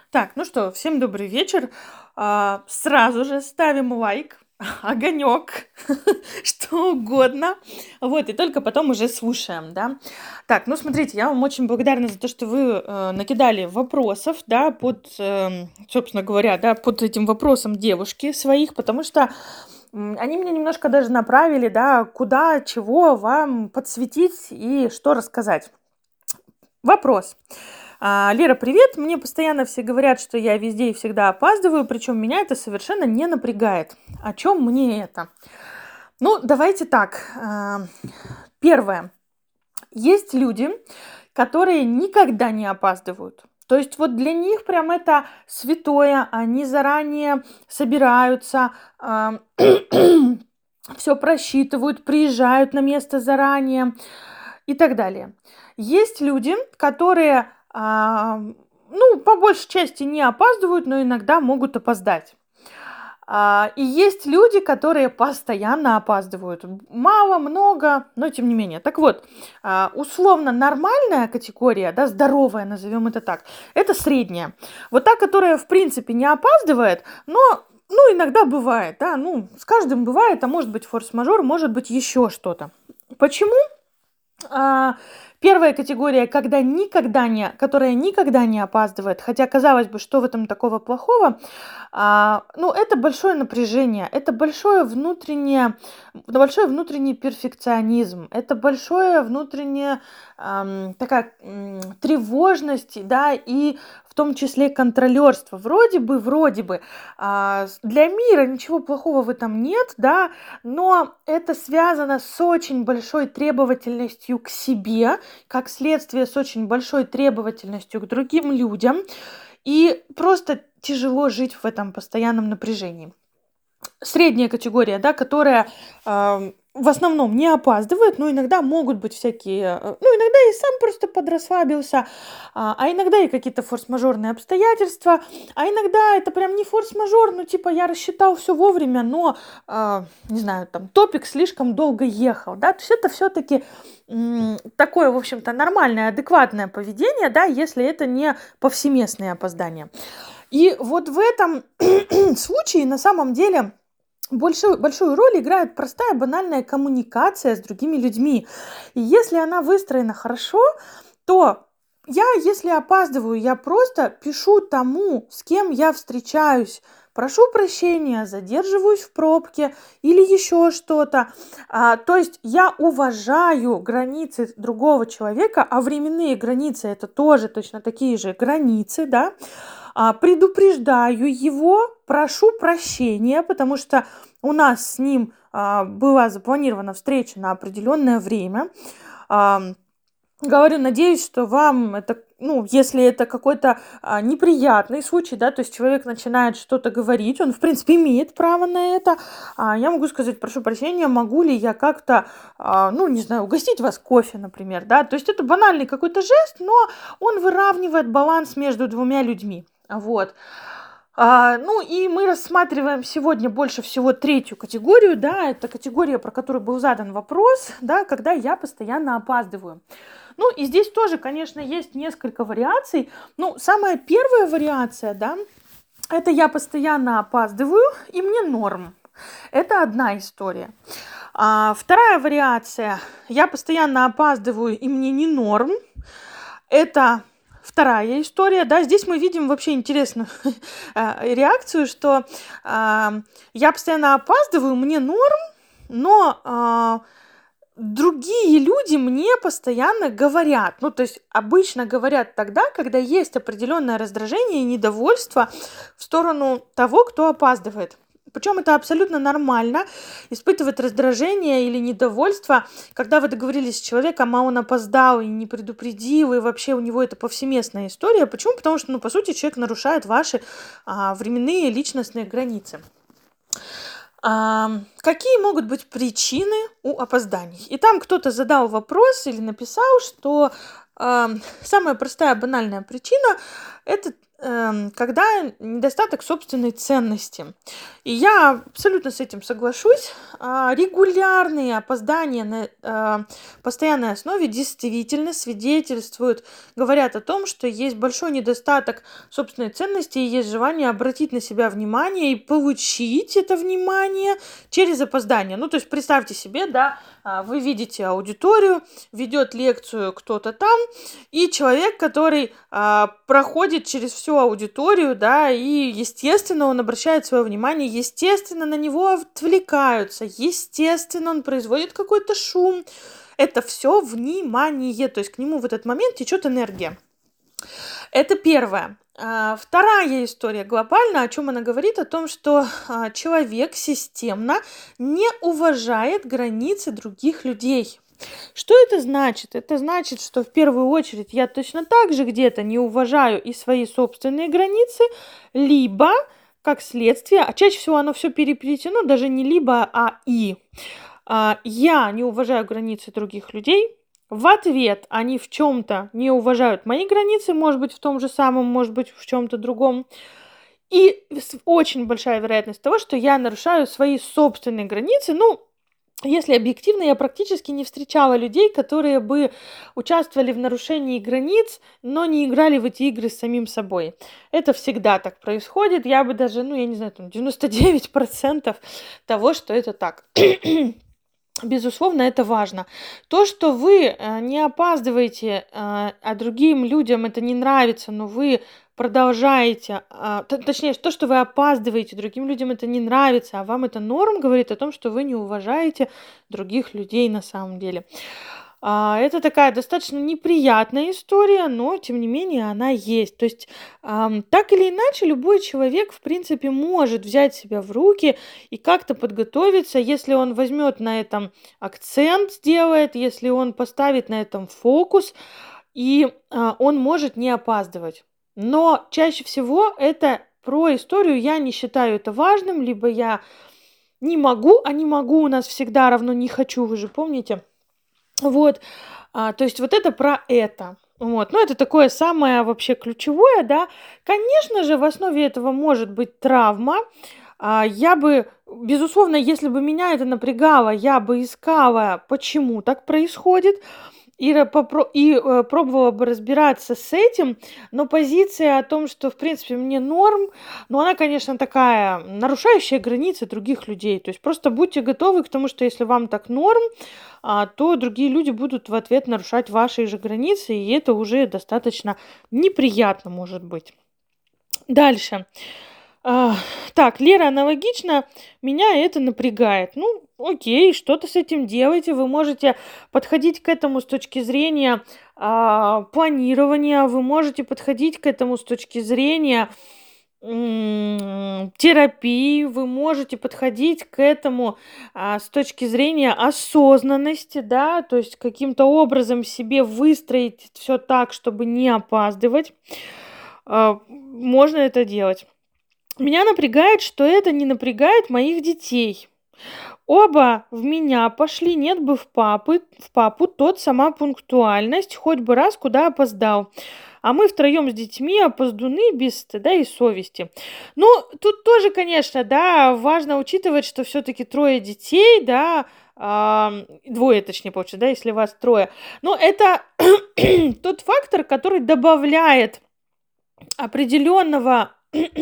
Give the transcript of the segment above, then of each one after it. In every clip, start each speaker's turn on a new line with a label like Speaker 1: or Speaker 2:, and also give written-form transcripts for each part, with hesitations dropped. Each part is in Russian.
Speaker 1: Так, ну что, всем добрый вечер. Сразу же ставим лайк, огонек, что угодно. Вот, и только потом уже слушаем, да. Так, ну смотрите, я вам очень благодарна за то, что вы накидали вопросов, да, собственно говоря, да, под этим вопросом девушки своих, потому что они меня немножко даже направили, да, куда, чего вам подсветить и что рассказать. Вопрос. Лера, привет. Мне постоянно все говорят, что я везде и всегда опаздываю, причем меня это совершенно не напрягает. О чем мне это? Ну, давайте так. Первое. Есть люди, которые никогда не опаздывают. То есть вот для них прям это святое, они заранее собираются, все просчитывают, приезжают на место заранее и так далее. Есть люди, которые, ну, по большей части не опаздывают, но иногда могут опоздать. И есть люди, которые постоянно опаздывают. Мало, много, но тем не менее. Так вот, условно нормальная категория, да, здоровая, назовем это так, это средняя. Вот та, которая в принципе не опаздывает, но ну, иногда бывает, да, ну, с каждым бывает, а может быть форс-мажор, может быть еще что-то. Почему? Первая категория, которая никогда не опаздывает, хотя, казалось бы, что в этом такого плохого, ну, это большое напряжение, это большой внутренний перфекционизм, это большое внутренняя такая тревожность, да, и в том числе контролерство. Вроде бы, для мира ничего плохого в этом нет, да, но это связано с очень большой требовательностью к себе, как следствие с очень большой требовательностью к другим людям, и просто тяжело жить в этом постоянном напряжении. Средняя категория, да, которая в основном не опаздывает, но иногда могут быть всякие, ну, иногда и сам просто подрасслабился, а иногда и какие-то форс-мажорные обстоятельства, а иногда это прям не форс-мажор, ну, типа я рассчитал все вовремя, но, не знаю, там, топик слишком долго ехал, да, то есть это все-таки такое, в общем-то, нормальное, адекватное поведение, да, если это не повсеместные опоздания. И вот в этом случае на самом деле большую роль играет простая банальная коммуникация с другими людьми. И если она выстроена хорошо, то если опаздываю, я просто пишу тому, с кем я встречаюсь, прошу прощения, задерживаюсь в пробке или еще что-то. То есть я уважаю границы другого человека, а временные границы это тоже точно такие же границы, да. Предупреждаю его, прошу прощения, потому что у нас с ним была запланирована встреча на определенное время. Говорю, надеюсь, что вам это, ну, если это какой-то неприятный случай, да, то есть человек начинает что-то говорить, он, в принципе, имеет право на это, я могу сказать, прошу прощения, могу ли я как-то, ну, не знаю, угостить вас кофе, например, да, то есть это банальный какой-то жест, но он выравнивает баланс между двумя людьми, вот. Ну и мы рассматриваем сегодня больше всего третью категорию, да, это категория, про которую был задан вопрос, да, когда я постоянно опаздываю. Ну и здесь тоже, конечно, есть несколько вариаций. Ну, самая первая вариация, да, это я постоянно опаздываю, и мне норм. Это одна история. Вторая вариация, я постоянно опаздываю, и мне не норм. Это вторая история, да, здесь мы видим вообще интересную реакцию, что я постоянно опаздываю, мне норм, но другие люди мне постоянно говорят, ну, то есть обычно говорят тогда, когда есть определенное раздражение и недовольство в сторону того, кто опаздывает. Причем это абсолютно нормально, испытывать раздражение или недовольство, когда вы договорились с человеком, а он опоздал и не предупредил, и вообще у него это повсеместная история. Почему? Потому что, ну, по сути, человек нарушает ваши временные личностные границы. Какие могут быть причины у опозданий? И там кто-то задал вопрос или написал, что самая простая банальная причина – это когда недостаток собственной ценности. И я абсолютно с этим соглашусь. Регулярные опоздания на постоянной основе действительно свидетельствуют, говорят о том, что есть большой недостаток собственной ценности и есть желание обратить на себя внимание и получить это внимание через опоздание. Ну, то есть представьте себе, да, вы видите аудиторию, ведет лекцию кто-то там, и человек, который проходит через всю аудиторию, да, и, естественно, он обращает свое внимание, естественно, на него отвлекаются, естественно, он производит какой-то шум. Это все внимание, то есть к нему в этот момент течет энергия. Это первое. Вторая история глобально, о чем она говорит, о том, что человек системно не уважает границы других людей. Что это значит? Это значит, что в первую очередь я точно так же где-то не уважаю и свои собственные границы, либо, как следствие, а чаще всего оно все переплетено, даже не либо, а и. Я не уважаю границы других людей, в ответ они в чем-то не уважают мои границы, может быть, в том же самом, может быть, в чем-то другом. И очень большая вероятность того, что я нарушаю свои собственные границы. Ну, если объективно, я практически не встречала людей, которые бы участвовали в нарушении границ, но не играли в эти игры с самим собой. Это всегда так происходит. Я бы даже, я не знаю, 99% того, что это так. Безусловно, это важно. То, что вы не опаздываете, а другим людям это не нравится, но вы продолжаете, точнее, то, что вы опаздываете, другим людям это не нравится, а вам это норм, говорит о том, что вы не уважаете других людей на самом деле. Это такая достаточно неприятная история, но тем не менее она есть. То есть так или иначе любой человек, в принципе, может взять себя в руки и как-то подготовиться, если он возьмет на этом акцент, сделает, если он поставит на этом фокус, и он может не опаздывать. Но чаще всего это про историю я не считаю это важным, либо я не могу, а не могу у нас всегда равно не хочу, вы же помните? Вот, то есть вот это про это. Вот, это такое самое вообще ключевое, да. Конечно же, в основе этого может быть травма. Я бы, безусловно, если бы меня это напрягало, я бы искала, почему так происходит, и пробовала бы разбираться с этим, но позиция о том, что, в принципе, мне норм, но она, конечно, такая, нарушающая границы других людей. То есть просто будьте готовы к тому, что если вам так норм, то другие люди будут в ответ нарушать ваши же границы, и это уже достаточно неприятно может быть. Дальше. Так, Лера, аналогично, меня это напрягает. Ну, окей, что-то с этим делайте. Вы можете подходить к этому с точки зрения планирования, вы можете подходить к этому с точки зрения терапии, вы можете подходить к этому с точки зрения осознанности, да, то есть каким-то образом себе выстроить все так, чтобы не опаздывать. Можно это делать. Меня напрягает, что это не напрягает моих детей. Оба в меня пошли, нет бы в папу, тот сама пунктуальность, хоть бы раз куда опоздал. А мы втроем с детьми опоздуны без стыда и совести. Ну, тут тоже, конечно, да, важно учитывать, что все-таки 3 детей, да, 2, точнее, получится, да, если вас 3. Но это тот фактор, который добавляет определенного,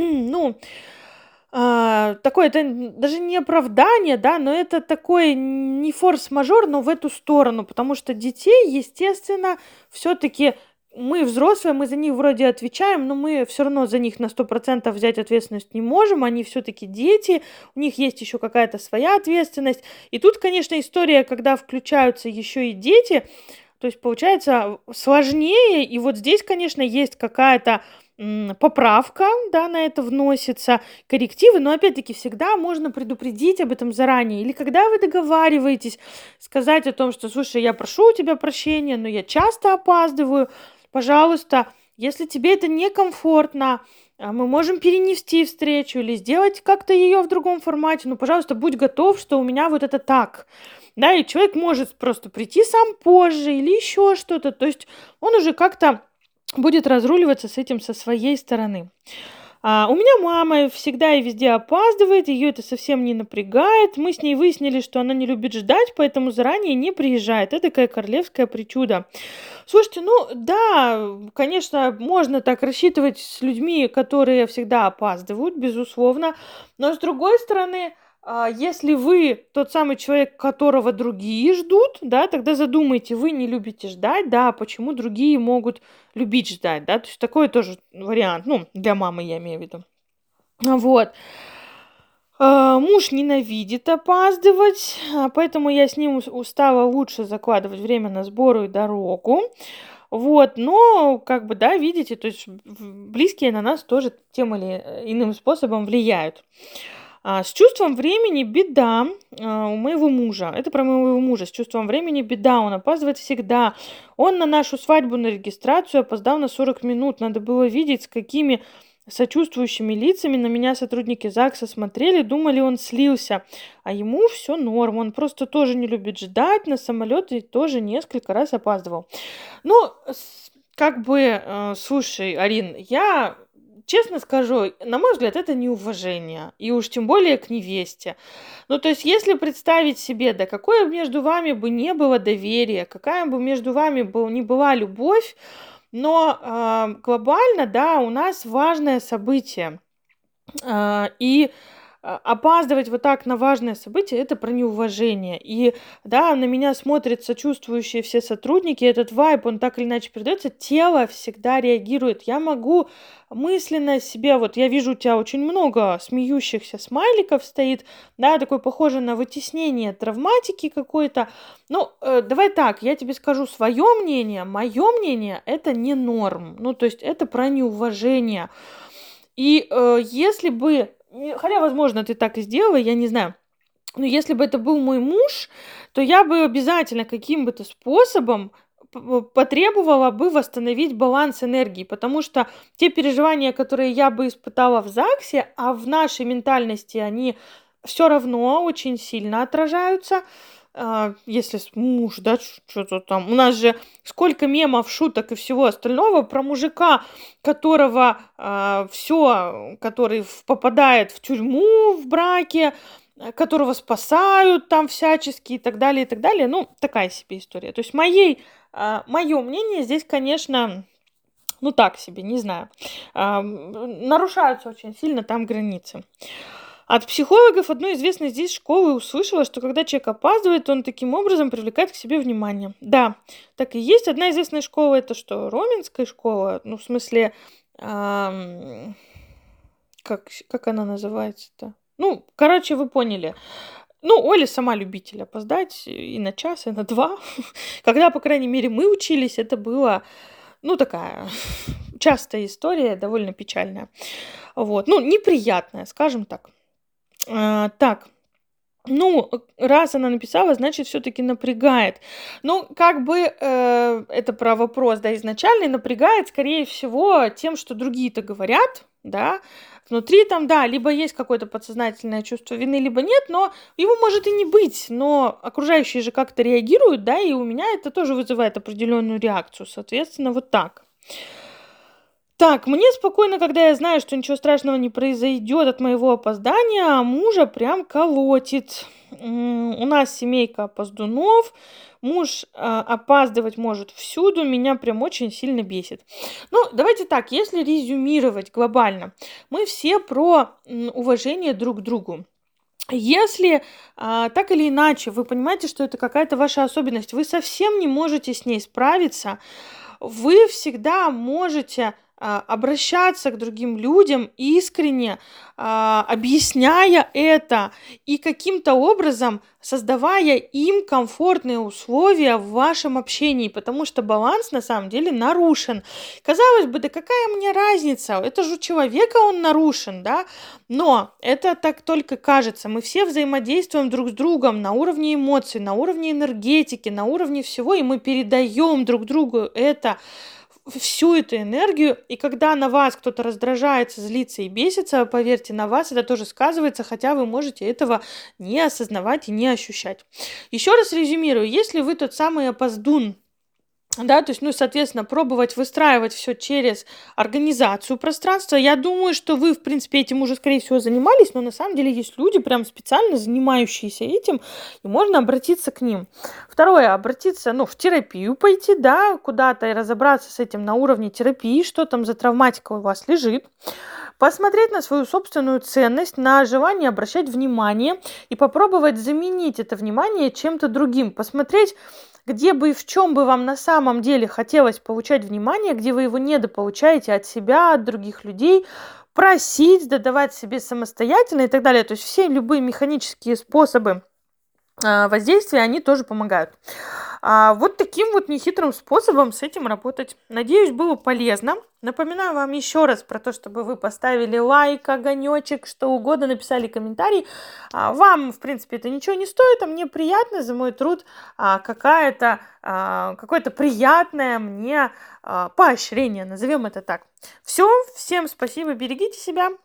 Speaker 1: такое, это даже не оправдание, да, но это такой не форс-мажор, но в эту сторону, потому что детей, естественно, все-таки мы взрослые, мы за них вроде отвечаем, но мы все равно за них на 100% взять ответственность не можем, они все-таки дети, у них есть еще какая-то своя ответственность. И тут, конечно, история, когда включаются еще и дети, то есть получается сложнее, и вот здесь, конечно, есть какая-то поправка, да, на это вносится, коррективы, но опять-таки всегда можно предупредить об этом заранее. Или когда вы договариваетесь, сказать о том, что, слушай, я прошу у тебя прощения, но я часто опаздываю, пожалуйста, если тебе это некомфортно, мы можем перенести встречу или сделать как-то ее в другом формате, но, пожалуйста, будь готов, что у меня вот это так. Да, и человек может просто прийти сам позже или еще что-то, то есть он уже как-то будет разруливаться с этим со своей стороны. У меня мама всегда и везде опаздывает, ее это совсем не напрягает. Мы с ней выяснили, что она не любит ждать, поэтому заранее не приезжает. Это такая королевская причуда. Слушайте, ну да, конечно, можно так рассчитывать с людьми, которые всегда опаздывают, безусловно. Но с другой стороны, если вы тот самый человек, которого другие ждут, да, тогда задумайте, вы не любите ждать, да, почему другие могут любить ждать, да, то есть такой тоже вариант, ну, для мамы я имею в виду. Вот. Муж ненавидит опаздывать, поэтому я с ним стала лучше закладывать время на сборы и дорогу. Вот, но, как бы, да, видите, то есть близкие на нас тоже тем или иным способом влияют. С чувством времени беда у моего мужа. Это про моего мужа. С чувством времени беда. Он опаздывает всегда. Он на нашу свадьбу, на регистрацию опоздал на 40 минут. Надо было видеть, с какими сочувствующими лицами на меня сотрудники ЗАГСа смотрели, думали, он слился. А ему все норм. Он просто тоже не любит ждать. На самолете тоже несколько раз опаздывал. Ну, как бы, слушай, Арин, я честно скажу, на мой взгляд, это неуважение. И уж тем более к невесте. Ну, то есть, если представить себе, да какое бы между вами бы не было доверия, какая бы между вами ни была любовь, но глобально, да, у нас важное событие. И опаздывать вот так на важное событие — это про неуважение. И да, на меня смотрят сочувствующие все сотрудники, этот вайб, он так или иначе передается, тело всегда реагирует. Я могу мысленно себе, вот я вижу, у тебя очень много смеющихся смайликов стоит, да, такое похоже на вытеснение травматики какой-то. Ну, давай так, я тебе скажу свое мнение. Мое мнение — это не норм. Ну, то есть это про неуважение. И если бы, хотя, возможно, ты так и сделала, я не знаю, но если бы это был мой муж, то я бы обязательно каким бы то способом потребовала бы восстановить баланс энергии, потому что те переживания, которые я бы испытала в ЗАГСе, а в нашей ментальности они все равно очень сильно отражаются. Если муж, да, что-то там. У нас же сколько мемов, шуток и всего остального про мужика, которого который попадает в тюрьму в браке, которого спасают там всячески и так далее, и так далее. Ну, такая себе история. То есть мое мнение здесь, конечно, ну так себе, не знаю. Нарушаются очень сильно там границы. От психологов одной известной здесь школы услышала, что когда человек опаздывает, он таким образом привлекает к себе внимание. Да, так и есть. Одна известная школа — это что, Роменская школа? Ну, в смысле, как она называется-то? Ну, короче, вы поняли. Ну, Оля сама любитель опоздать и на час, и на 2. Когда, по крайней мере, мы учились, это было, ну, такая частая история, довольно печальная. Вот, ну, неприятная, скажем так. Так, ну, раз она написала, значит, все-таки напрягает. Ну, как бы это про вопрос, да, изначально напрягает, скорее всего, тем, что другие-то говорят, да, внутри там, да, либо есть какое-то подсознательное чувство вины, либо нет, но его может и не быть, но окружающие же как-то реагируют, да, и у меня это тоже вызывает определенную реакцию, соответственно, вот так. Так, мне спокойно, когда я знаю, что ничего страшного не произойдет от моего опоздания, а мужа прям колотит. У нас семейка опоздунов, муж опаздывать может всюду, меня прям очень сильно бесит. Ну, давайте так, если резюмировать глобально, мы все про уважение друг к другу. Если так или иначе вы понимаете, что это какая-то ваша особенность, вы совсем не можете с ней справиться, вы всегда можете обращаться к другим людям искренне, объясняя это и каким-то образом создавая им комфортные условия в вашем общении, потому что баланс на самом деле нарушен. Казалось бы, да какая мне разница? Это же у человека он нарушен, да? Но это так только кажется. Мы все взаимодействуем друг с другом на уровне эмоций, на уровне энергетики, на уровне всего, и мы передаем друг другу всю эту энергию, и когда на вас кто-то раздражается, злится и бесится, поверьте, на вас это тоже сказывается, хотя вы можете этого не осознавать и не ощущать. Еще раз резюмирую, если вы тот самый опоздун, Да, то есть, ну, соответственно, пробовать выстраивать все через организацию пространства. Я думаю, что вы, в принципе, этим уже, скорее всего, занимались, но на самом деле есть люди, прям специально занимающиеся этим, и можно обратиться к ним. Второе, обратиться, ну, в терапию пойти, да, куда-то и разобраться с этим на уровне терапии, что там за травматика у вас лежит. Посмотреть на свою собственную ценность, на желание обращать внимание и попробовать заменить это внимание чем-то другим. Посмотреть, где бы и в чем бы вам на самом деле хотелось получать внимание, где вы его недополучаете от себя, от других людей, просить, додавать себе самостоятельно и так далее. То есть все любые механические способы воздействия, они тоже помогают. Вот таким вот нехитрым способом с этим работать. Надеюсь, было полезно. Напоминаю вам еще раз про то, чтобы вы поставили лайк, огонечек, что угодно, написали комментарий. Вам, в принципе, это ничего не стоит, а мне приятно за мой труд какое-то приятное мне поощрение, назовем это так. Все, всем спасибо, берегите себя.